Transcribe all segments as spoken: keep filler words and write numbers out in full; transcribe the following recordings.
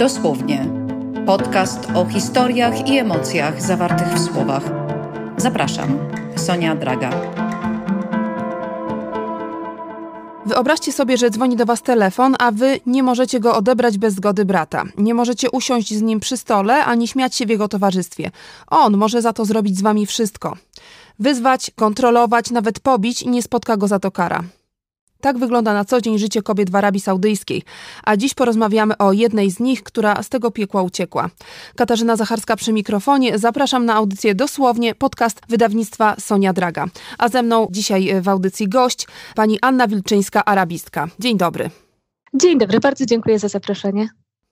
Dosłownie. Podcast o historiach i emocjach zawartych w słowach. Zapraszam, Sonia Draga. Wyobraźcie sobie, że dzwoni do was telefon, a wy nie możecie go odebrać bez zgody brata. Nie możecie usiąść z nim przy stole, ani śmiać się w jego towarzystwie. On może za to zrobić z wami wszystko. Wyzwać, kontrolować, nawet pobić i nie spotka go za to kara. Tak wygląda na co dzień życie kobiet w Arabii Saudyjskiej. A dziś porozmawiamy o jednej z nich, która z tego piekła uciekła. Katarzyna Zacharska przy mikrofonie. Zapraszam na audycję Dosłownie, podcast wydawnictwa Sonia Draga. A ze mną dzisiaj w audycji gość, pani Anna Wilczyńska, arabistka. Dzień dobry. Dzień dobry, bardzo dziękuję za zaproszenie.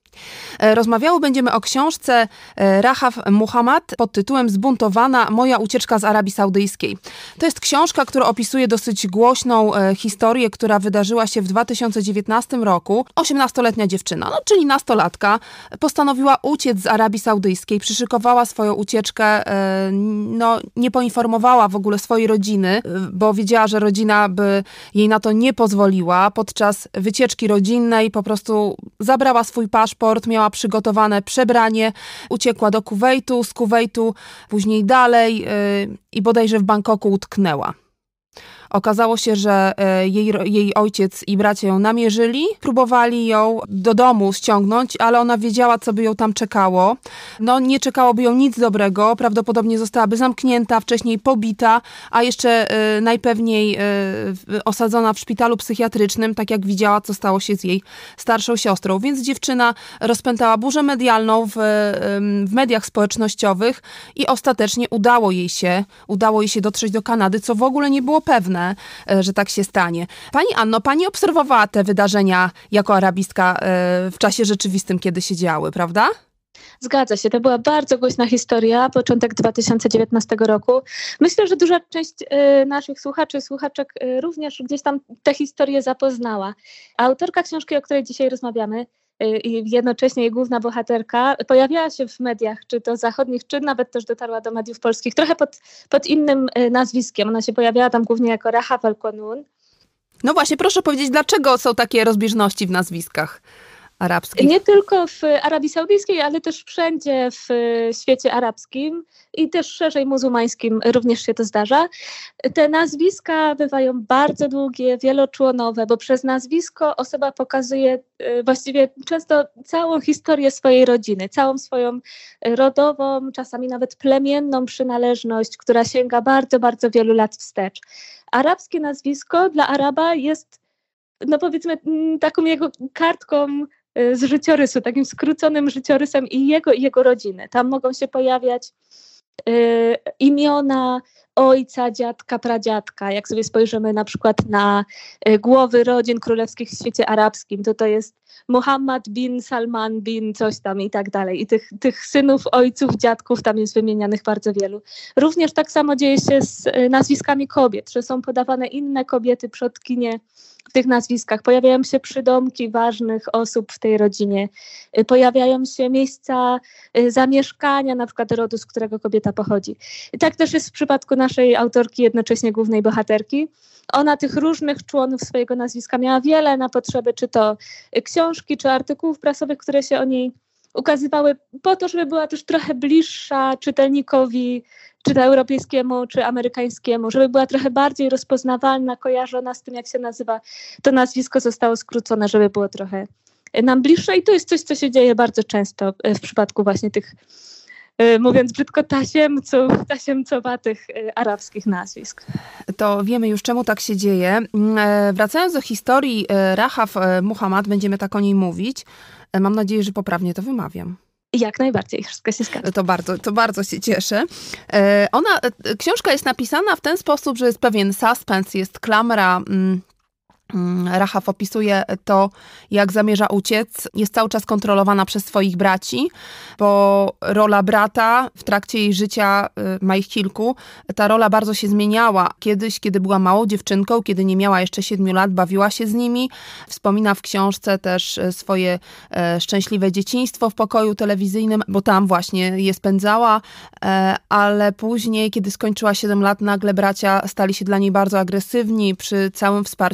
Rozmawiały będziemy o książce Rahaf Muhammad pod tytułem Zbuntowana. Moja ucieczka z Arabii Saudyjskiej. To jest książka, która opisuje dosyć głośną historię, która wydarzyła się w dwa tysiące dziewiętnastym roku. osiemnastoletnia dziewczyna, no, czyli nastolatka, postanowiła uciec z Arabii Saudyjskiej, przyszykowała swoją ucieczkę, no, nie poinformowała w ogóle swojej rodziny, bo wiedziała, że rodzina by jej na to nie pozwoliła. Podczas wycieczki rodzinnej po prostu zabrała swój paszport, miała przygotowane przebranie, uciekła do Kuwejtu, z Kuwejtu później dalej yy, i bodajże w Bangkoku utknęła. Okazało się, że jej, jej ojciec i bracia ją namierzyli, próbowali ją do domu ściągnąć, ale ona wiedziała, co by ją tam czekało. No, nie czekałoby ją nic dobrego, prawdopodobnie zostałaby zamknięta, wcześniej pobita, a jeszcze y, najpewniej y, osadzona w szpitalu psychiatrycznym, tak jak widziała, co stało się z jej starszą siostrą. Więc dziewczyna rozpętała burzę medialną w, y, w mediach społecznościowych i ostatecznie udało jej się, udało jej się dotrzeć do Kanady, co w ogóle nie było pewne, że tak się stanie. Pani Anno, pani obserwowała te wydarzenia jako arabistka w czasie rzeczywistym, kiedy się działy, prawda? Zgadza się, to była bardzo głośna historia, początek dwa tysiące dziewiętnastego roku. Myślę, że duża część y, naszych słuchaczy, słuchaczek y, również gdzieś tam tę historię zapoznała. Autorka książki, o której dzisiaj rozmawiamy, i jednocześnie jej główna bohaterka pojawiała się w mediach, czy to zachodnich, czy nawet też dotarła do mediów polskich, trochę pod, pod innym nazwiskiem. Ona się pojawiała tam głównie jako Rahaf al-Qanun. No właśnie, proszę powiedzieć, dlaczego są takie rozbieżności w nazwiskach arabskich? Nie tylko w Arabii Saudyjskiej, ale też wszędzie w świecie arabskim i też szerzej muzułmańskim również się to zdarza. Te nazwiska bywają bardzo długie, wieloczłonowe, bo przez nazwisko osoba pokazuje właściwie często całą historię swojej rodziny, całą swoją rodową, czasami nawet plemienną przynależność, która sięga bardzo, bardzo wielu lat wstecz. Arabskie nazwisko dla Araba jest, no powiedzmy, taką jego kartką z życiorysu, takim skróconym życiorysem i jego, i jego rodziny. Tam mogą się pojawiać y, imiona ojca, dziadka, pradziadka. Jak sobie spojrzymy na przykład na y, głowy rodzin królewskich w świecie arabskim, to to jest Muhammad bin Salman bin coś tam i tak dalej. I tych, tych synów, ojców, dziadków tam jest wymienianych bardzo wielu. Również tak samo dzieje się z y, nazwiskami kobiet, że są podawane inne kobiety, przodkinie w tych nazwiskach. Pojawiają się przydomki ważnych osób w tej rodzinie. Pojawiają się miejsca zamieszkania, na przykład rodu, z którego kobieta pochodzi. I tak też jest w przypadku naszej autorki, jednocześnie głównej bohaterki. Ona tych różnych członów swojego nazwiska miała wiele na potrzeby, czy to książki, czy artykułów prasowych, które się o niej ukazywały po to, żeby była też trochę bliższa czytelnikowi, czy to europejskiemu, czy amerykańskiemu, żeby była trochę bardziej rozpoznawalna, kojarzona z tym, jak się nazywa. To nazwisko zostało skrócone, żeby było trochę nam bliższe i to jest coś, co się dzieje bardzo często w przypadku właśnie tych, mówiąc brzydko, tasiemców, tasiemcowatych arabskich nazwisk. To wiemy już, czemu tak się dzieje. Wracając do historii Rahaf Muhammad, będziemy tak o niej mówić. Mam nadzieję, że poprawnie to wymawiam. Jak najbardziej, wszystko się zgadza. To bardzo, to bardzo się cieszę. Ona, książka jest napisana w ten sposób, że jest pewien suspens, jest klamra. Rahaf opisuje to, jak zamierza uciec. Jest cały czas kontrolowana przez swoich braci, bo rola brata w trakcie jej życia, ma ich kilku, ta rola bardzo się zmieniała. Kiedyś, kiedy była małą dziewczynką, kiedy nie miała jeszcze siedmiu lat, bawiła się z nimi. Wspomina w książce też swoje szczęśliwe dzieciństwo w pokoju telewizyjnym, bo tam właśnie je spędzała, ale później, kiedy skończyła siedem lat, nagle bracia stali się dla niej bardzo agresywni przy całym wsparciu rodziny.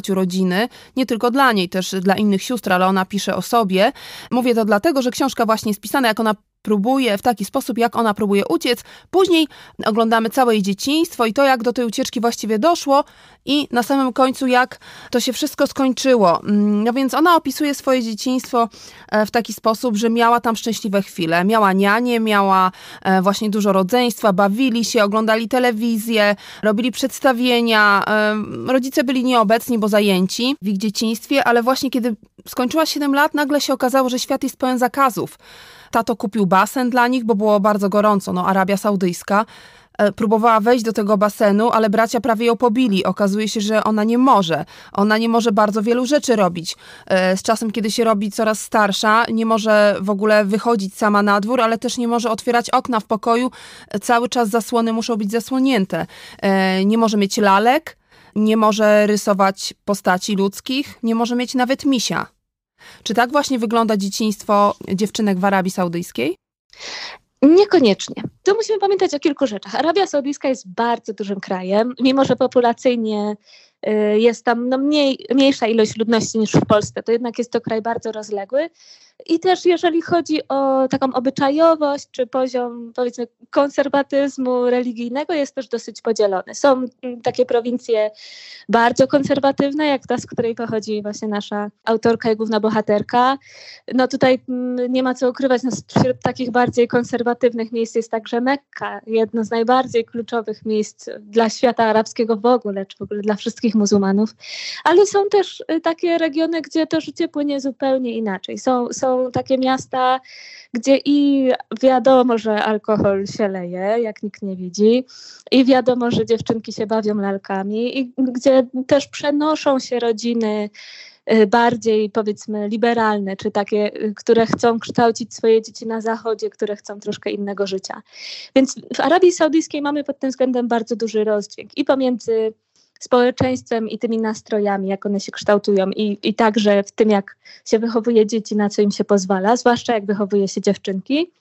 rodziny, nie tylko dla niej, też dla innych sióstr, ale ona pisze o sobie. Mówię to dlatego, że książka właśnie jest pisana, jak ona próbuje w taki sposób, jak ona próbuje uciec. Później oglądamy całe jej dzieciństwo i to, jak do tej ucieczki właściwie doszło i na samym końcu, jak to się wszystko skończyło. No więc ona opisuje swoje dzieciństwo w taki sposób, że miała tam szczęśliwe chwile. Miała nianię, miała właśnie dużo rodzeństwa, bawili się, oglądali telewizję, robili przedstawienia. Rodzice byli nieobecni, bo zajęci w ich dzieciństwie, ale właśnie kiedy skończyła siedem lat, nagle się okazało, że świat jest pełen zakazów. Tato kupił basen dla nich, bo było bardzo gorąco, no Arabia Saudyjska. Próbowała wejść do tego basenu, ale bracia prawie ją pobili. Okazuje się, że ona nie może. Ona nie może bardzo wielu rzeczy robić. Z czasem, kiedy się robi coraz starsza, nie może w ogóle wychodzić sama na dwór, ale też nie może otwierać okna w pokoju. Cały czas zasłony muszą być zasłonięte. Nie może mieć lalek, nie może rysować postaci ludzkich, nie może mieć nawet misia. Czy tak właśnie wygląda dzieciństwo dziewczynek w Arabii Saudyjskiej? Niekoniecznie. Tu musimy pamiętać o kilku rzeczach. Arabia Saudyjska jest bardzo dużym krajem, mimo że populacyjnie y, jest tam no, mniej, mniejsza ilość ludności niż w Polsce, to jednak jest to kraj bardzo rozległy. I też jeżeli chodzi o taką obyczajowość czy poziom, powiedzmy, konserwatyzmu religijnego, jest też dosyć podzielony. Są takie prowincje bardzo konserwatywne, jak ta, z której pochodzi właśnie nasza autorka i główna bohaterka. No tutaj nie ma co ukrywać, no wśród takich bardziej konserwatywnych miejsc jest także Mekka, jedno z najbardziej kluczowych miejsc dla świata arabskiego w ogóle, czy w ogóle dla wszystkich muzułmanów. Ale są też takie regiony, gdzie to życie płynie zupełnie inaczej. Są, są Są takie miasta, gdzie i wiadomo, że alkohol się leje, jak nikt nie widzi, i wiadomo, że dziewczynki się bawią lalkami, i gdzie też przenoszą się rodziny bardziej, powiedzmy, liberalne, czy takie, które chcą kształcić swoje dzieci na zachodzie, które chcą troszkę innego życia. Więc w Arabii Saudyjskiej mamy pod tym względem bardzo duży rozdźwięk i pomiędzy społeczeństwem i tymi nastrojami, jak one się kształtują i, i także w tym, jak się wychowuje dzieci, na co im się pozwala, zwłaszcza jak wychowuje się dziewczynki.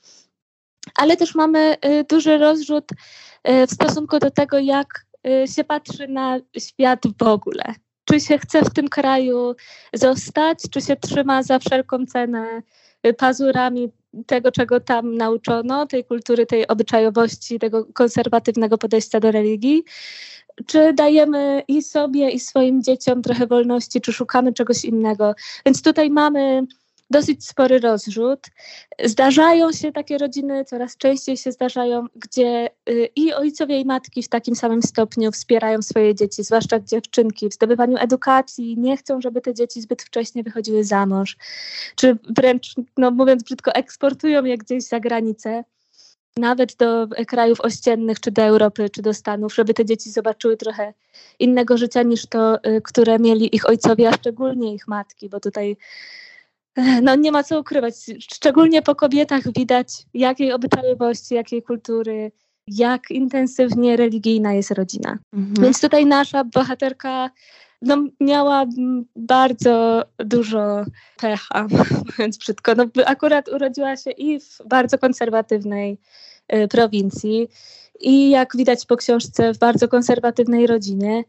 Ale też mamy y, duży rozrzut y, w stosunku do tego, jak y, się patrzy na świat w ogóle. Czy się chce w tym kraju zostać, czy się trzyma za wszelką cenę y, pazurami tego, czego tam nauczono, tej kultury, tej obyczajowości, tego konserwatywnego podejścia do religii. Czy dajemy i sobie, i swoim dzieciom trochę wolności, czy szukamy czegoś innego. Więc tutaj mamy dosyć spory rozrzut. Zdarzają się takie rodziny, coraz częściej się zdarzają, gdzie i ojcowie, i matki w takim samym stopniu wspierają swoje dzieci, zwłaszcza dziewczynki, w zdobywaniu edukacji. Nie chcą, żeby te dzieci zbyt wcześnie wychodziły za mąż, czy wręcz, no mówiąc brzydko, eksportują je gdzieś za granicę. Nawet do krajów ościennych, czy do Europy, czy do Stanów, żeby te dzieci zobaczyły trochę innego życia niż to, które mieli ich ojcowie, a szczególnie ich matki, bo tutaj no, nie ma co ukrywać. Szczególnie po kobietach widać, jakiej obyczajowości, jakiej kultury, jak intensywnie religijna jest rodzina. Mhm. Więc tutaj nasza bohaterka no, miała bardzo dużo pecha, mówiąc brzydko. No, akurat urodziła się i w bardzo konserwatywnej y, prowincji i jak widać po książce w bardzo konserwatywnej rodzinie.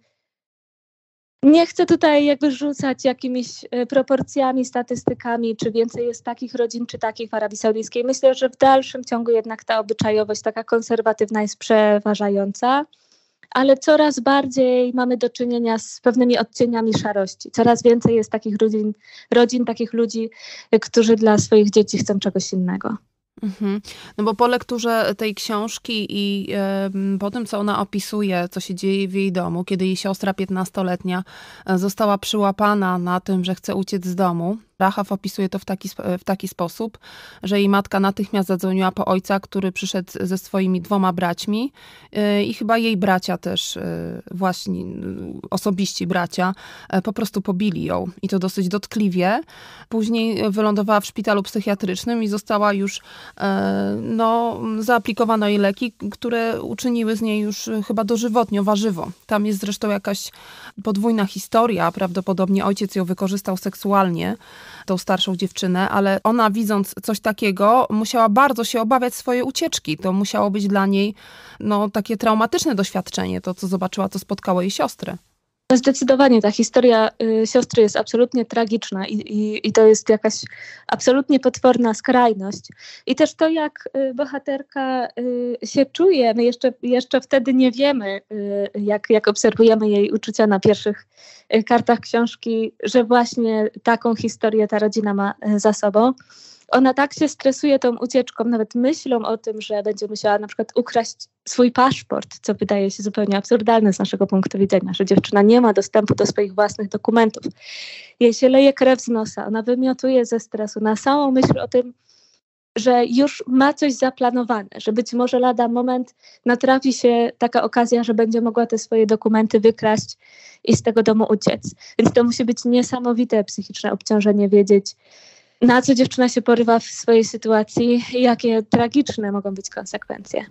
Nie chcę tutaj jakby rzucać jakimiś y, proporcjami, statystykami, czy więcej jest takich rodzin, czy takich w Arabii Saudyjskiej. Myślę, że w dalszym ciągu jednak ta obyczajowość taka konserwatywna jest przeważająca. Ale coraz bardziej mamy do czynienia z pewnymi odcieniami szarości. Coraz więcej jest takich rodzin, rodzin takich ludzi, którzy dla swoich dzieci chcą czegoś innego. Mhm. No bo po lekturze tej książki i y, po tym, co ona opisuje, co się dzieje w jej domu, kiedy jej siostra piętnastoletnia została przyłapana na tym, że chce uciec z domu, Rahaf opisuje to w taki, w taki sposób, że jej matka natychmiast zadzwoniła po ojca, który przyszedł ze swoimi dwoma braćmi yy, i chyba jej bracia też, yy, właśnie osobiści bracia, yy, po prostu pobili ją i to dosyć dotkliwie. Później wylądowała w szpitalu psychiatrycznym i została już, yy, no, zaaplikowano jej leki, które uczyniły z niej już chyba dożywotnio warzywo. Tam jest zresztą jakaś podwójna historia, prawdopodobnie ojciec ją wykorzystał seksualnie, tą starszą dziewczynę, ale ona, widząc coś takiego, musiała bardzo się obawiać swojej ucieczki. To musiało być dla niej no, takie traumatyczne doświadczenie, to co zobaczyła, co spotkało jej siostrę. Zdecydowanie ta historia y, siostry jest absolutnie tragiczna i, i, i to jest jakaś absolutnie potworna skrajność. I też to, jak y, bohaterka y, się czuje, my jeszcze, jeszcze wtedy nie wiemy, y, jak, jak obserwujemy jej uczucia na pierwszych y, kartach książki, że właśnie taką historię ta rodzina ma y, za sobą. Ona tak się stresuje tą ucieczką, nawet myślą o tym, że będzie musiała na przykład ukraść swój paszport, co wydaje się zupełnie absurdalne z naszego punktu widzenia, że dziewczyna nie ma dostępu do swoich własnych dokumentów. Jej się leje krew z nosa, ona wymiotuje ze stresu na samą myśl o tym, że już ma coś zaplanowane, że być może lada moment natrafi się taka okazja, że będzie mogła te swoje dokumenty wykraść i z tego domu uciec. Więc to musi być niesamowite psychiczne obciążenie, wiedzieć, na co dziewczyna się porywa w swojej sytuacji i jakie tragiczne mogą być konsekwencje.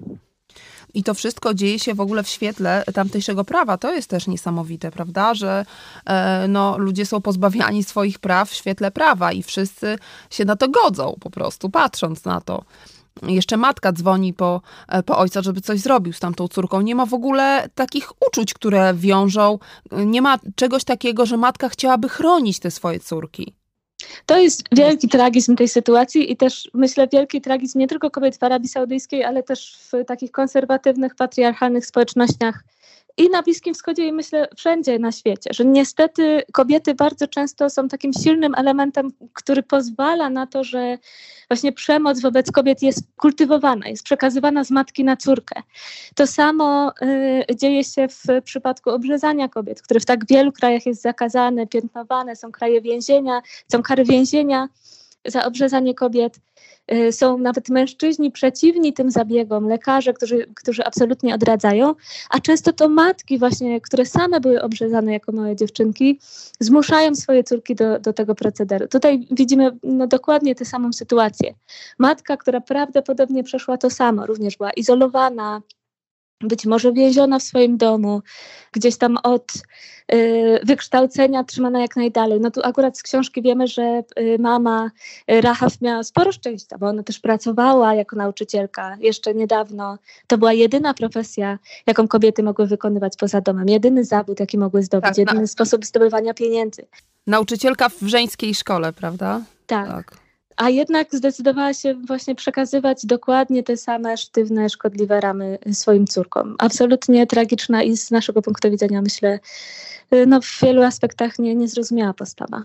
I to wszystko dzieje się w ogóle w świetle tamtejszego prawa. To jest też niesamowite, prawda, że e, no, ludzie są pozbawiani swoich praw w świetle prawa i wszyscy się na to godzą po prostu, patrząc na to. Jeszcze matka dzwoni po, po ojca, żeby coś zrobił z tamtą córką. Nie ma w ogóle takich uczuć, które wiążą. Nie ma czegoś takiego, że matka chciałaby chronić te swoje córki. To jest wielki tragizm tej sytuacji i też myślę wielki tragizm nie tylko kobiet w Arabii Saudyjskiej, ale też w takich konserwatywnych, patriarchalnych społecznościach i na Bliskim Wschodzie i myślę wszędzie na świecie, że niestety kobiety bardzo często są takim silnym elementem, który pozwala na to, że właśnie przemoc wobec kobiet jest kultywowana, jest przekazywana z matki na córkę. To samo y, dzieje się w przypadku obrzezania kobiet, które w tak wielu krajach jest zakazane, piętnowane, są kraje więzienia, są kary więzienia za obrzezanie kobiet. Są nawet mężczyźni przeciwni tym zabiegom, lekarze, którzy, którzy absolutnie odradzają, a często to matki właśnie, które same były obrzezane jako małe dziewczynki, zmuszają swoje córki do, do tego procederu. Tutaj widzimy no, dokładnie tę samą sytuację. Matka, która prawdopodobnie przeszła to samo, również była izolowana, być może więziona w swoim domu, gdzieś tam od y, wykształcenia trzymana jak najdalej. No tu akurat z książki wiemy, że y, mama y, Rahaf miała sporo szczęścia, bo ona też pracowała jako nauczycielka jeszcze niedawno. To była jedyna profesja, jaką kobiety mogły wykonywać poza domem. Jedyny zawód, jaki mogły zdobyć, tak, jedyny na... sposób zdobywania pieniędzy. Nauczycielka w żeńskiej szkole, prawda? Tak. tak. A jednak zdecydowała się właśnie przekazywać dokładnie te same sztywne, szkodliwe ramy swoim córkom. Absolutnie tragiczna i z naszego punktu widzenia, myślę, no w wielu aspektach nie, niezrozumiała postawa.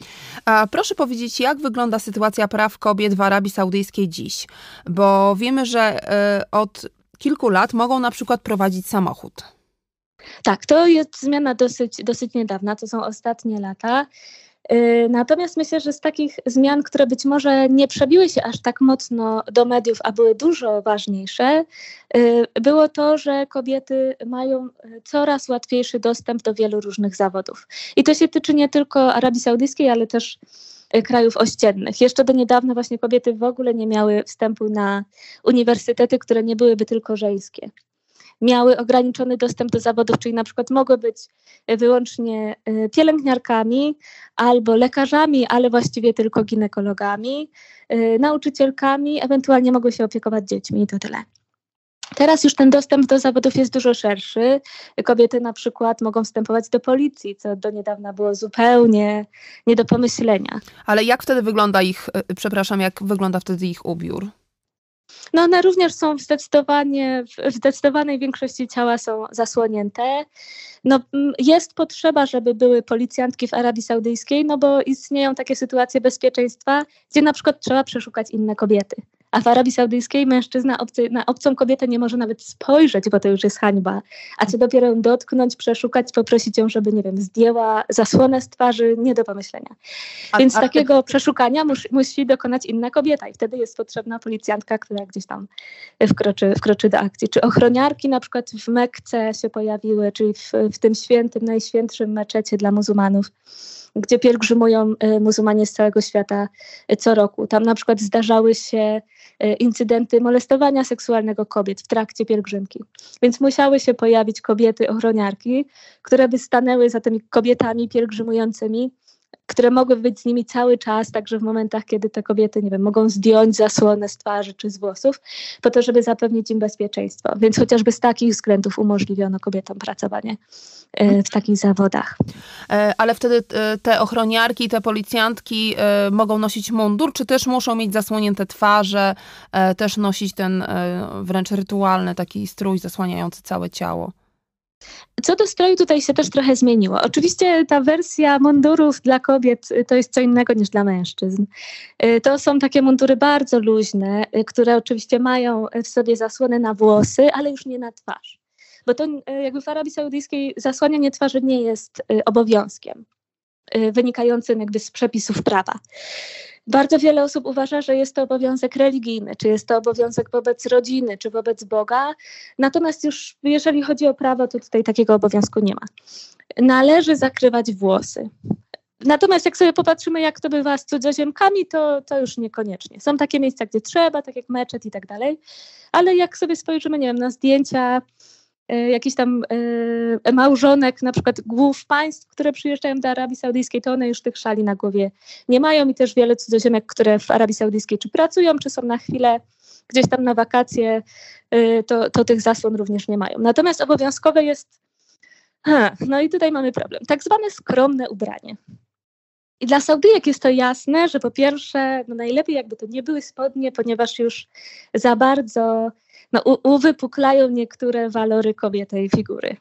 A proszę powiedzieć, jak wygląda sytuacja praw kobiet w Arabii Saudyjskiej dziś? Bo wiemy, że y, od kilku lat mogą na przykład prowadzić samochód. Tak, to jest zmiana dosyć, dosyć niedawna, to są ostatnie lata. Natomiast myślę, że z takich zmian, które być może nie przebiły się aż tak mocno do mediów, a były dużo ważniejsze, było to, że kobiety mają coraz łatwiejszy dostęp do wielu różnych zawodów. I to się tyczy nie tylko Arabii Saudyjskiej, ale też krajów ościennych. Jeszcze do niedawna właśnie kobiety w ogóle nie miały wstępu na uniwersytety, które nie byłyby tylko żeńskie. Miały ograniczony dostęp do zawodów, czyli na przykład mogły być wyłącznie pielęgniarkami albo lekarzami, ale właściwie tylko ginekologami, nauczycielkami, ewentualnie mogły się opiekować dziećmi i to tyle. Teraz już ten dostęp do zawodów jest dużo szerszy. Kobiety na przykład mogą wstępować do policji, co do niedawna było zupełnie nie do pomyślenia. Ale jak wtedy wygląda ich, przepraszam, jak wygląda wtedy ich ubiór? No one również są zdecydowanie, w zdecydowanej większości ciała są zasłonięte. No, jest potrzeba, żeby były policjantki w Arabii Saudyjskiej, no bo istnieją takie sytuacje bezpieczeństwa, gdzie na przykład trzeba przeszukać inne kobiety. A w Arabii Saudyjskiej mężczyzna obcy, na obcą kobietę nie może nawet spojrzeć, bo to już jest hańba. A co dopiero ją dotknąć, przeszukać, poprosić ją, żeby, nie wiem, zdjęła zasłonę z twarzy, nie do pomyślenia. A, Więc a, takiego a... przeszukania mus, musi dokonać inna kobieta i wtedy jest potrzebna policjantka, która gdzieś tam wkroczy, wkroczy do akcji. Czy ochroniarki na przykład w Mekce się pojawiły, czyli w, w tym świętym, najświętszym meczecie dla muzułmanów, gdzie pielgrzymują muzułmanie z całego świata co roku. Tam na przykład zdarzały się incydenty molestowania seksualnego kobiet w trakcie pielgrzymki. Więc musiały się pojawić kobiety ochroniarki, które by stanęły za tymi kobietami pielgrzymującymi które mogły być z nimi cały czas, także w momentach, kiedy te kobiety, nie wiem, mogą zdjąć zasłonę z twarzy czy z włosów, po to, żeby zapewnić im bezpieczeństwo. Więc chociażby z takich względów umożliwiono kobietom pracowanie w takich zawodach. Ale wtedy te ochroniarki, te policjantki mogą nosić mundur, czy też muszą mieć zasłonięte twarze, też nosić ten wręcz rytualny taki strój zasłaniający całe ciało? Co do stroju tutaj się też trochę zmieniło. Oczywiście ta wersja mundurów dla kobiet to jest co innego niż dla mężczyzn. To są takie mundury bardzo luźne, które oczywiście mają w sobie zasłony na włosy, ale już nie na twarz. Bo to jakby w Arabii Saudyjskiej zasłanianie twarzy nie jest obowiązkiem wynikającym jakby z przepisów prawa. Bardzo wiele osób uważa, że jest to obowiązek religijny, czy jest to obowiązek wobec rodziny, czy wobec Boga. Natomiast już jeżeli chodzi o prawo, to tutaj takiego obowiązku nie ma. Należy zakrywać włosy. Natomiast jak sobie popatrzymy, jak to bywa z cudzoziemkami, to, to już niekoniecznie. Są takie miejsca, gdzie trzeba, tak jak meczet i tak dalej, ale jak sobie spojrzymy, nie wiem, na zdjęcia jakiś tam e, małżonek, na przykład głów państw, które przyjeżdżają do Arabii Saudyjskiej, to one już tych szali na głowie nie mają i też wiele cudzoziemek, które w Arabii Saudyjskiej czy pracują, czy są na chwilę gdzieś tam na wakacje, e, to, to tych zasłon również nie mają. Natomiast obowiązkowe jest, ha, no i tutaj mamy problem, tak zwane skromne ubranie. I dla Saudyjek jest to jasne, że po pierwsze, no najlepiej jakby to nie były spodnie, ponieważ już za bardzo no, u, uwypuklają niektóre walory kobietej figury.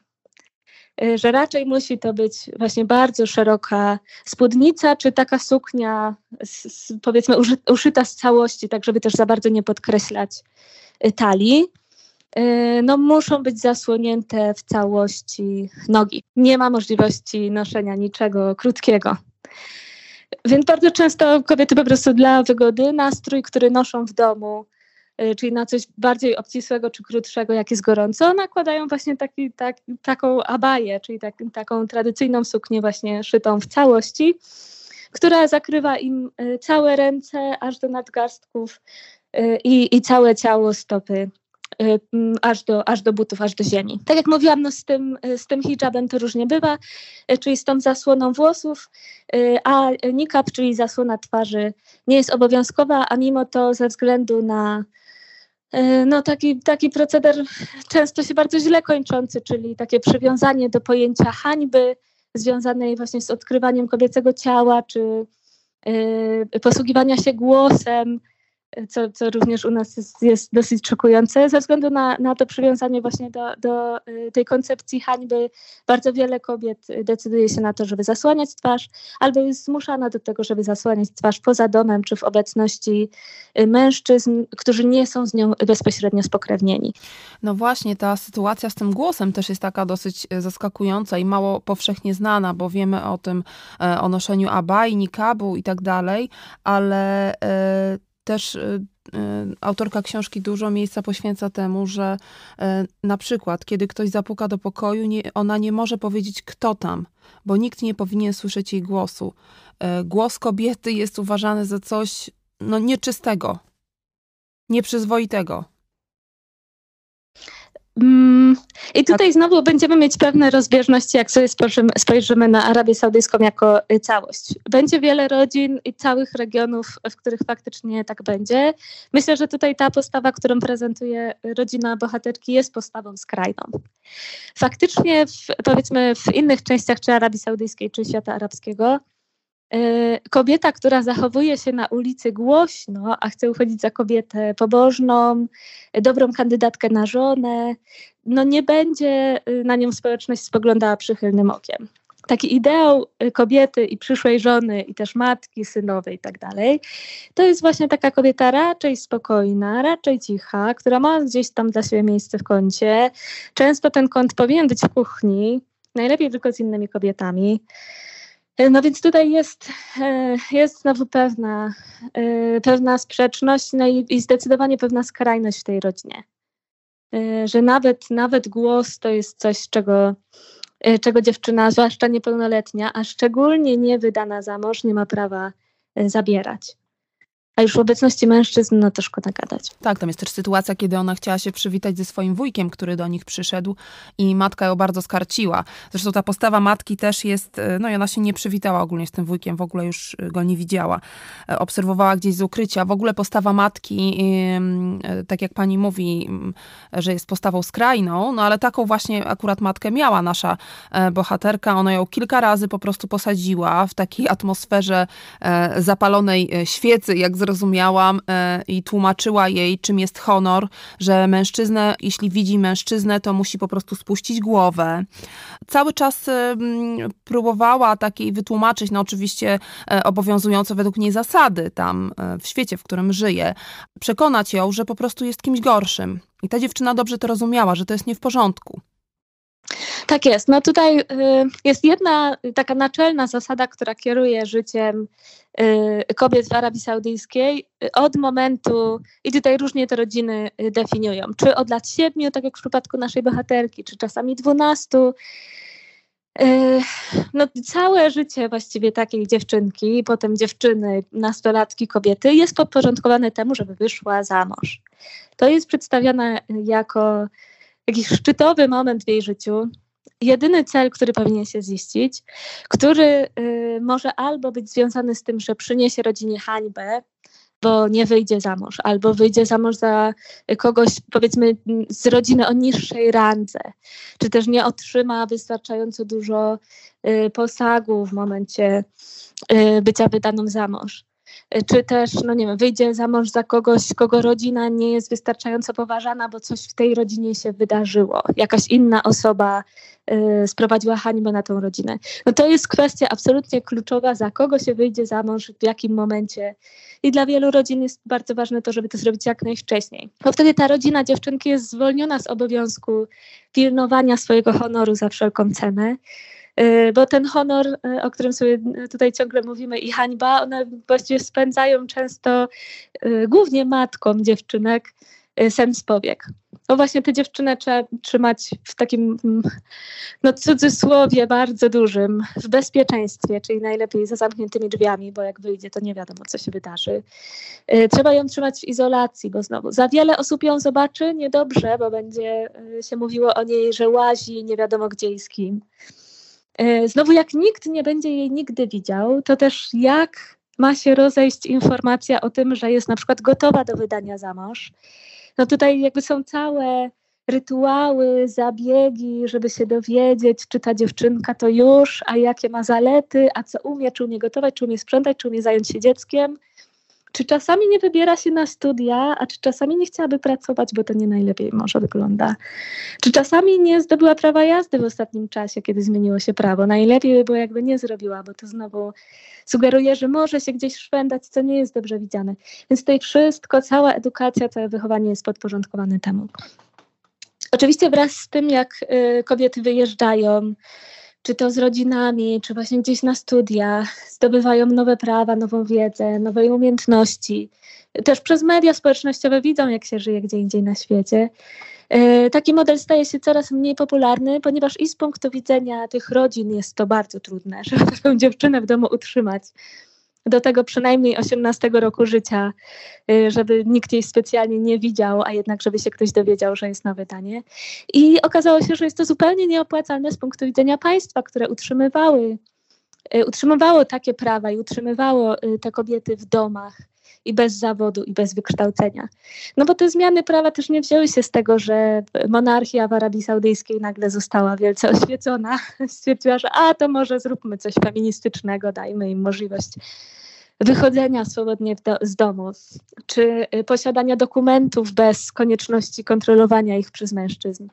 Że raczej musi to być właśnie bardzo szeroka spódnica, czy taka suknia z, z, powiedzmy uży, uszyta z całości, tak żeby też za bardzo nie podkreślać talii. No muszą być zasłonięte w całości nogi. Nie ma możliwości noszenia niczego krótkiego. Więc bardzo często kobiety po prostu dla wygody nastrój, który noszą w domu, czyli na coś bardziej obcisłego czy krótszego, jak jest gorąco, nakładają właśnie taki, tak, taką abaję, czyli tak, taką tradycyjną suknię właśnie szytą w całości, która zakrywa im całe ręce aż do nadgarstków i, i całe ciało, stopy aż do, aż do butów, aż do ziemi. Tak jak mówiłam, no z tym, z tym hijabem to różnie bywa, czyli z tą zasłoną włosów, a nikab, czyli zasłona twarzy, nie jest obowiązkowa, a mimo to ze względu na no taki, taki proceder często się bardzo źle kończący, czyli takie przywiązanie do pojęcia hańby związanej właśnie z odkrywaniem kobiecego ciała, czy yy, posługiwania się głosem, Co, co również u nas jest, jest dosyć szokujące. Ze względu na, na to przywiązanie właśnie do, do tej koncepcji hańby, bardzo wiele kobiet decyduje się na to, żeby zasłaniać twarz, albo jest zmuszana do tego, żeby zasłaniać twarz poza domem, czy w obecności mężczyzn, którzy nie są z nią bezpośrednio spokrewnieni. No właśnie, ta sytuacja z tym głosem też jest taka dosyć zaskakująca i mało powszechnie znana, bo wiemy o tym, o noszeniu abai, nikabu i tak dalej, ale też y, y, autorka książki dużo miejsca poświęca temu, że y, na przykład, kiedy ktoś zapuka do pokoju, nie, ona nie może powiedzieć, kto tam, bo nikt nie powinien słyszeć jej głosu. Y, głos kobiety jest uważany za coś no, nieczystego, nieprzyzwoitego. Mm, I tutaj tak. Znowu będziemy mieć pewne rozbieżności, jak sobie spojrzymy, spojrzymy na Arabię Saudyjską jako całość. Będzie wiele rodzin i całych regionów, w których faktycznie tak będzie. Myślę, że tutaj ta postawa, którą prezentuje rodzina bohaterki, jest postawą skrajną. Faktycznie, w, powiedzmy w innych częściach czy Arabii Saudyjskiej, czy świata arabskiego, kobieta, która zachowuje się na ulicy głośno, a chce uchodzić za kobietę pobożną, dobrą kandydatkę na żonę, no nie będzie na nią społeczność spoglądała przychylnym okiem. Taki ideał kobiety i przyszłej żony i też matki, synowej i tak dalej, to jest właśnie taka kobieta raczej spokojna, raczej cicha, która ma gdzieś tam dla siebie miejsce w kącie. Często ten kąt powinien być w kuchni, najlepiej tylko z innymi kobietami. No więc tutaj jest, jest znowu pewna, pewna sprzeczność, no i, i zdecydowanie pewna skrajność w tej rodzinie. Że nawet, nawet głos to jest coś, czego, czego dziewczyna, zwłaszcza niepełnoletnia, a szczególnie nie wydana za mąż, nie ma prawa zabierać. A już w obecności mężczyzn, no to szkoda gadać. Tak, tam jest też sytuacja, kiedy ona chciała się przywitać ze swoim wujkiem, który do nich przyszedł i matka ją bardzo skarciła. Zresztą ta postawa matki też jest, no i ona się nie przywitała ogólnie z tym wujkiem, w ogóle już go nie widziała. Obserwowała gdzieś z ukrycia. W ogóle postawa matki, tak jak pani mówi, że jest postawą skrajną, no ale taką właśnie akurat matkę miała nasza bohaterka. Ona ją kilka razy po prostu posadziła w takiej atmosferze zapalonej świecy, jak zrozumiałam, i tłumaczyła jej, czym jest honor, że mężczyznę, jeśli widzi mężczyznę, to musi po prostu spuścić głowę. Cały czas próbowała takiej wytłumaczyć, no oczywiście obowiązujące według niej zasady tam w świecie, w którym żyje, przekonać ją, że po prostu jest kimś gorszym. I ta dziewczyna dobrze to rozumiała, że to jest nie w porządku. Tak jest. No tutaj y, jest jedna taka naczelna zasada, która kieruje życiem y, kobiet w Arabii Saudyjskiej od momentu, i tutaj różnie te rodziny definiują, czy od lat siedmiu, tak jak w przypadku naszej bohaterki, czy czasami dwunastu. Y, no całe życie właściwie takiej dziewczynki, potem dziewczyny, nastolatki, kobiety jest podporządkowane temu, żeby wyszła za mąż. To jest przedstawiane jako jakiś szczytowy moment w jej życiu, jedyny cel, który powinien się ziścić, który y, może albo być związany z tym, że przyniesie rodzinie hańbę, bo nie wyjdzie za mąż, albo wyjdzie za mąż za kogoś, powiedzmy, z rodziny o niższej randze, czy też nie otrzyma wystarczająco dużo y, posagu w momencie y, bycia wydaną za mąż. Czy też, no nie wiem, wyjdzie za mąż za kogoś, kogo rodzina nie jest wystarczająco poważana, bo coś w tej rodzinie się wydarzyło. Jakaś inna osoba y, sprowadziła hańbę na tą rodzinę. No to jest kwestia absolutnie kluczowa, za kogo się wyjdzie za mąż, w jakim momencie. I dla wielu rodzin jest bardzo ważne to, żeby to zrobić jak najwcześniej. Bo wtedy ta rodzina dziewczynki jest zwolniona z obowiązku pilnowania swojego honoru za wszelką cenę. Bo ten honor, o którym sobie tutaj ciągle mówimy, i hańba, one właściwie spędzają często głównie matkom dziewczynek sens powiek. No właśnie tę dziewczynę trzeba trzymać w takim, no cudzysłowie bardzo dużym, w bezpieczeństwie, czyli najlepiej za zamkniętymi drzwiami, bo jak wyjdzie, to nie wiadomo, co się wydarzy. Trzeba ją trzymać w izolacji, bo znowu za wiele osób ją zobaczy, niedobrze, bo będzie się mówiło o niej, że łazi nie wiadomo gdzie i z kim. Znowu, jak nikt nie będzie jej nigdy widział, to też jak ma się rozejść informacja o tym, że jest na przykład gotowa do wydania za mąż. No tutaj jakby są całe rytuały, zabiegi, żeby się dowiedzieć, czy ta dziewczynka to już, a jakie ma zalety, a co umie, czy umie gotować, czy umie sprzątać, czy umie zająć się dzieckiem. Czy czasami nie wybiera się na studia, a czy czasami nie chciałaby pracować, bo to nie najlepiej może wygląda. Czy czasami nie zdobyła prawa jazdy w ostatnim czasie, kiedy zmieniło się prawo. Najlepiej by było, jakby nie zrobiła, bo to znowu sugeruje, że może się gdzieś szwendać, co nie jest dobrze widziane. Więc tutaj wszystko, cała edukacja, całe wychowanie jest podporządkowane temu. Oczywiście wraz z tym, jak y, kobiety wyjeżdżają, czy to z rodzinami, czy właśnie gdzieś na studia, zdobywają nowe prawa, nową wiedzę, nowe umiejętności. Też przez media społecznościowe widzą, jak się żyje gdzie indziej na świecie. Taki model staje się coraz mniej popularny, ponieważ i z punktu widzenia tych rodzin jest to bardzo trudne, żeby taką dziewczynę w domu utrzymać. Do tego przynajmniej osiemnastego roku życia, żeby nikt jej specjalnie nie widział, a jednak żeby się ktoś dowiedział, że jest na wydanie. I okazało się, że jest to zupełnie nieopłacalne z punktu widzenia państwa, które utrzymywały, utrzymywało takie prawa i utrzymywało te kobiety w domach i bez zawodu, i bez wykształcenia. No bo te zmiany prawa też nie wzięły się z tego, że monarchia w Arabii Saudyjskiej nagle została wielce oświecona. Stwierdziła, że a to może zróbmy coś feministycznego, dajmy im możliwość wychodzenia swobodnie do, z domu, czy posiadania dokumentów bez konieczności kontrolowania ich przez mężczyzn.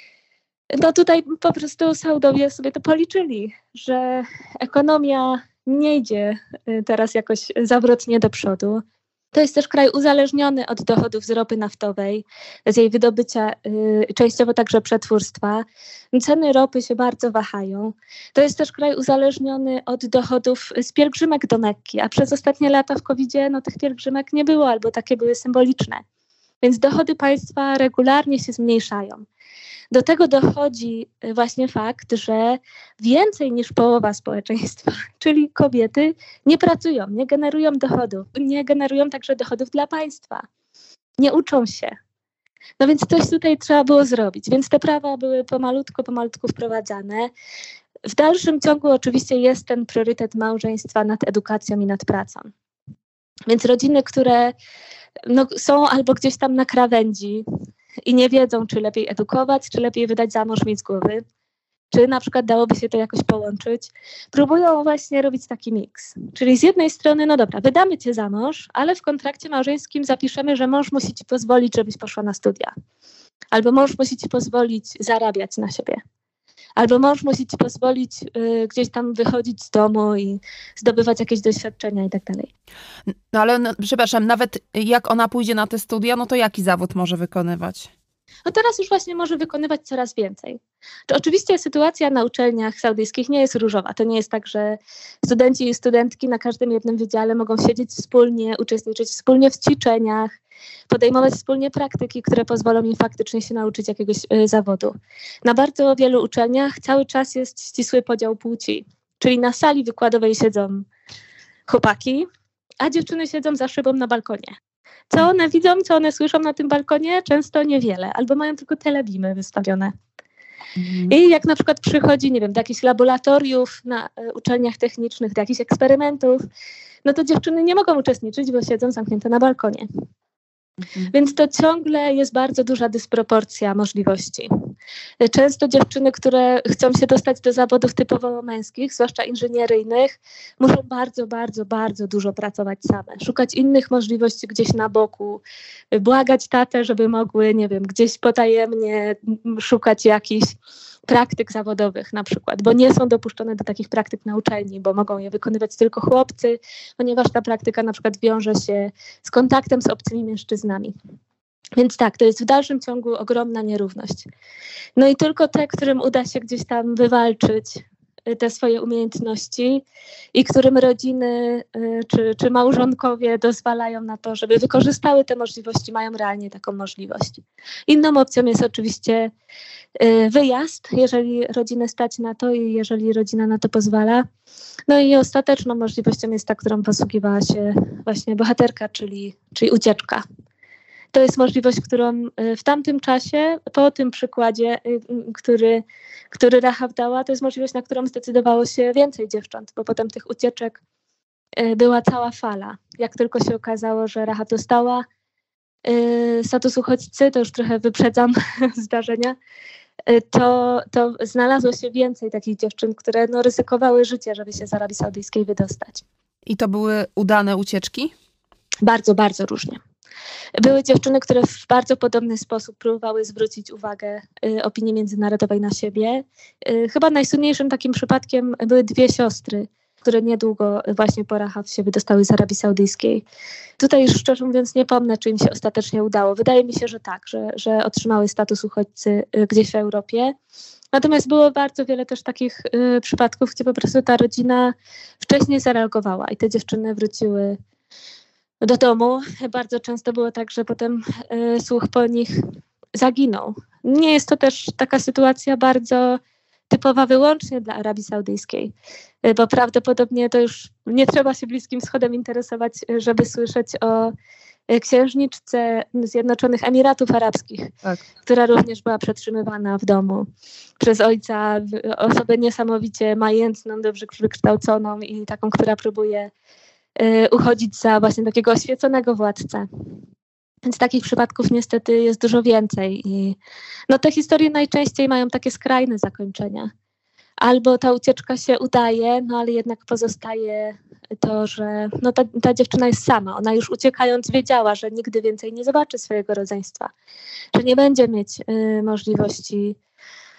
No tutaj po prostu Saudowie sobie to policzyli, że ekonomia nie idzie teraz jakoś zawrotnie do przodu. To jest też kraj uzależniony od dochodów z ropy naftowej, z jej wydobycia, y, częściowo także przetwórstwa. Ceny ropy się bardzo wahają. To jest też kraj uzależniony od dochodów z pielgrzymek do Mekki, a przez ostatnie lata w kowidzie no, tych pielgrzymek nie było albo takie były symboliczne. Więc dochody państwa regularnie się zmniejszają. Do tego dochodzi właśnie fakt, że więcej niż połowa społeczeństwa, czyli kobiety, nie pracują, nie generują dochodów, nie generują także dochodów dla państwa, nie uczą się. No więc coś tutaj trzeba było zrobić, więc te prawa były pomalutku, pomalutku wprowadzane. W dalszym ciągu oczywiście jest ten priorytet małżeństwa nad edukacją i nad pracą. Więc rodziny, które no, są albo gdzieś tam na krawędzi i nie wiedzą, czy lepiej edukować, czy lepiej wydać za mąż mieć z głowy, czy na przykład dałoby się to jakoś połączyć, próbują właśnie robić taki miks. Czyli z jednej strony, no dobra, wydamy cię za mąż, ale w kontrakcie małżeńskim zapiszemy, że mąż musi ci pozwolić, żebyś poszła na studia. Albo mąż musi ci pozwolić zarabiać na siebie. Albo mąż musi ci pozwolić y, gdzieś tam wychodzić z domu i zdobywać jakieś doświadczenia i tak dalej. No ale, no, przepraszam, nawet jak ona pójdzie na te studia, no to jaki zawód może wykonywać? No teraz już właśnie może wykonywać coraz więcej. To oczywiście sytuacja na uczelniach saudyjskich nie jest różowa. To nie jest tak, że studenci i studentki na każdym jednym wydziale mogą siedzieć wspólnie, uczestniczyć wspólnie w ćwiczeniach, podejmować wspólnie praktyki, które pozwolą im faktycznie się nauczyć jakiegoś y, zawodu. Na bardzo wielu uczelniach cały czas jest ścisły podział płci, czyli na sali wykładowej siedzą chłopaki, a dziewczyny siedzą za szybą na balkonie. Co one widzą, co one słyszą na tym balkonie? Często niewiele, albo mają tylko telebimy wystawione. Mhm. I jak na przykład przychodzi, nie wiem, do jakichś laboratoriów na y, uczelniach technicznych, do jakichś eksperymentów, no to dziewczyny nie mogą uczestniczyć, bo siedzą zamknięte na balkonie. Mhm. Więc to ciągle jest bardzo duża dysproporcja możliwości. Często dziewczyny, które chcą się dostać do zawodów typowo męskich, zwłaszcza inżynieryjnych, muszą bardzo, bardzo, bardzo dużo pracować same. Szukać innych możliwości gdzieś na boku, błagać tatę, żeby mogły, nie wiem, gdzieś potajemnie szukać jakichś praktyk zawodowych na przykład, bo nie są dopuszczone do takich praktyk na uczelni, bo mogą je wykonywać tylko chłopcy, ponieważ ta praktyka na przykład wiąże się z kontaktem z obcymi mężczyznami. Więc tak, to jest w dalszym ciągu ogromna nierówność. No i tylko te, którym uda się gdzieś tam wywalczyć te swoje umiejętności i którym rodziny czy, czy małżonkowie dozwalają na to, żeby wykorzystały te możliwości, mają realnie taką możliwość. Inną opcją jest oczywiście wyjazd, jeżeli rodzinę stać na to i jeżeli rodzina na to pozwala. No i ostateczną możliwością jest ta, którą posługiwała się właśnie bohaterka, czyli, czyli ucieczka. To jest możliwość, którą w tamtym czasie, po tym przykładzie, który, który Rahab dała, to jest możliwość, na którą zdecydowało się więcej dziewcząt, bo potem tych ucieczek była cała fala. Jak tylko się okazało, że Rahab dostała status uchodźcy, to już trochę wyprzedzam zdarzenia, to, to znalazło się więcej takich dziewczyn, które no, ryzykowały życie, żeby się z Arabii Saudyjskiej wydostać. I to były udane ucieczki? Bardzo, bardzo różnie. Były dziewczyny, które w bardzo podobny sposób próbowały zwrócić uwagę y, opinii międzynarodowej na siebie. Y, chyba najsłynniejszym takim przypadkiem były dwie siostry, które niedługo właśnie po Rahab się wydostały z Arabii Saudyjskiej. Tutaj już szczerze mówiąc nie pomnę, czy im się ostatecznie udało. Wydaje mi się, że tak, że, że otrzymały status uchodźcy y, gdzieś w Europie. Natomiast było bardzo wiele też takich y, przypadków, gdzie po prostu ta rodzina wcześniej zareagowała i te dziewczyny wróciły do domu. Bardzo często było tak, że potem y, słuch po nich zaginął. Nie jest to też taka sytuacja bardzo typowa wyłącznie dla Arabii Saudyjskiej, y, bo prawdopodobnie to już nie trzeba się Bliskim Wschodem interesować, y, żeby słyszeć o y, księżniczce Zjednoczonych Emiratów Arabskich, tak, która również była przetrzymywana w domu przez ojca, y, osobę niesamowicie majętną, dobrze wykształconą i taką, która próbuje uchodzić za właśnie takiego oświeconego władcę. Więc takich przypadków niestety jest dużo więcej. I no te historie najczęściej mają takie skrajne zakończenia. Albo ta ucieczka się udaje, no ale jednak pozostaje to, że no ta, ta dziewczyna jest sama. Ona już uciekając wiedziała, że nigdy więcej nie zobaczy swojego rodzeństwa. Że nie będzie mieć y, możliwości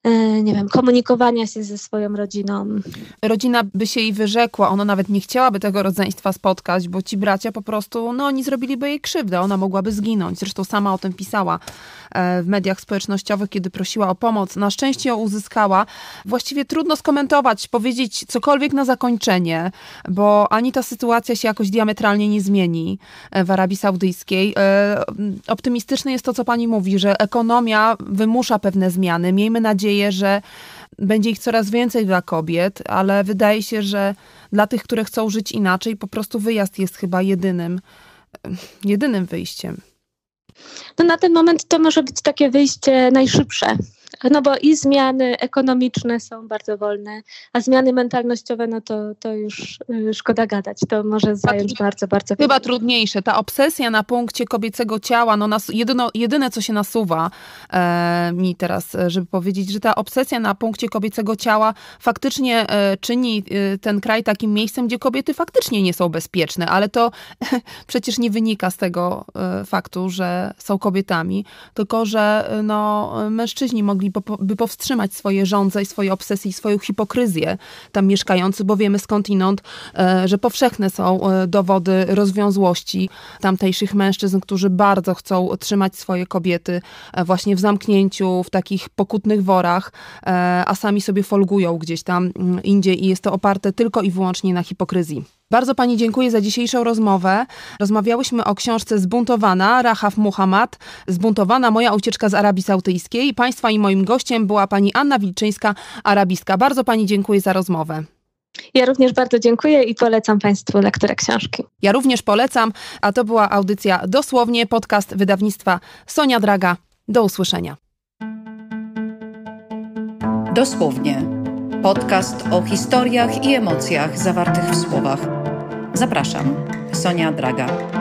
nie wiem, komunikowania się ze swoją rodziną. Rodzina by się jej wyrzekła, ona nawet nie chciałaby tego rodzeństwa spotkać, bo ci bracia po prostu, no oni zrobiliby jej krzywdę, ona mogłaby zginąć. Zresztą sama o tym pisała w mediach społecznościowych, kiedy prosiła o pomoc. Na szczęście ją uzyskała. Właściwie trudno skomentować, powiedzieć cokolwiek na zakończenie, bo ani ta sytuacja się jakoś diametralnie nie zmieni w Arabii Saudyjskiej. Optymistyczne jest to, co pani mówi, że ekonomia wymusza pewne zmiany. Miejmy nadzieję, że będzie ich coraz więcej dla kobiet, ale wydaje się, że dla tych, które chcą żyć inaczej, po prostu wyjazd jest chyba jedynym, jedynym wyjściem. No na ten moment to może być takie wyjście najszybsze. No bo i zmiany ekonomiczne są bardzo wolne, a zmiany mentalnościowe, no to, to już y, szkoda gadać. To może zająć Chyba bardzo, bardzo Chyba wiele. trudniejsze. Ta obsesja na punkcie kobiecego ciała, no nas, jedyno, jedyne co się nasuwa e, mi teraz, żeby powiedzieć, że ta obsesja na punkcie kobiecego ciała faktycznie e, czyni e, ten kraj takim miejscem, gdzie kobiety faktycznie nie są bezpieczne, ale to e, przecież nie wynika z tego e, faktu, że są kobietami, tylko że e, no, mężczyźni mogli by powstrzymać swoje żądze i swoje obsesje i swoją hipokryzję tam mieszkający, bo wiemy skądinąd, że powszechne są dowody rozwiązłości tamtejszych mężczyzn, którzy bardzo chcą trzymać swoje kobiety właśnie w zamknięciu, w takich pokutnych worach, a sami sobie folgują gdzieś tam indziej i jest to oparte tylko i wyłącznie na hipokryzji. Bardzo pani dziękuję za dzisiejszą rozmowę. Rozmawiałyśmy o książce Zbuntowana, Rahaf Muhammad. Zbuntowana, moja ucieczka z Arabii Saudyjskiej. Państwa i moim gościem była pani Anna Wilczyńska, arabistka. Bardzo pani dziękuję za rozmowę. Ja również bardzo dziękuję i polecam państwu lekturę książki. Ja również polecam, a to była audycja Dosłownie, podcast wydawnictwa Sonia Draga. Do usłyszenia. Dosłownie. Podcast o historiach i emocjach zawartych w słowach. Zapraszam, Sonia Draga.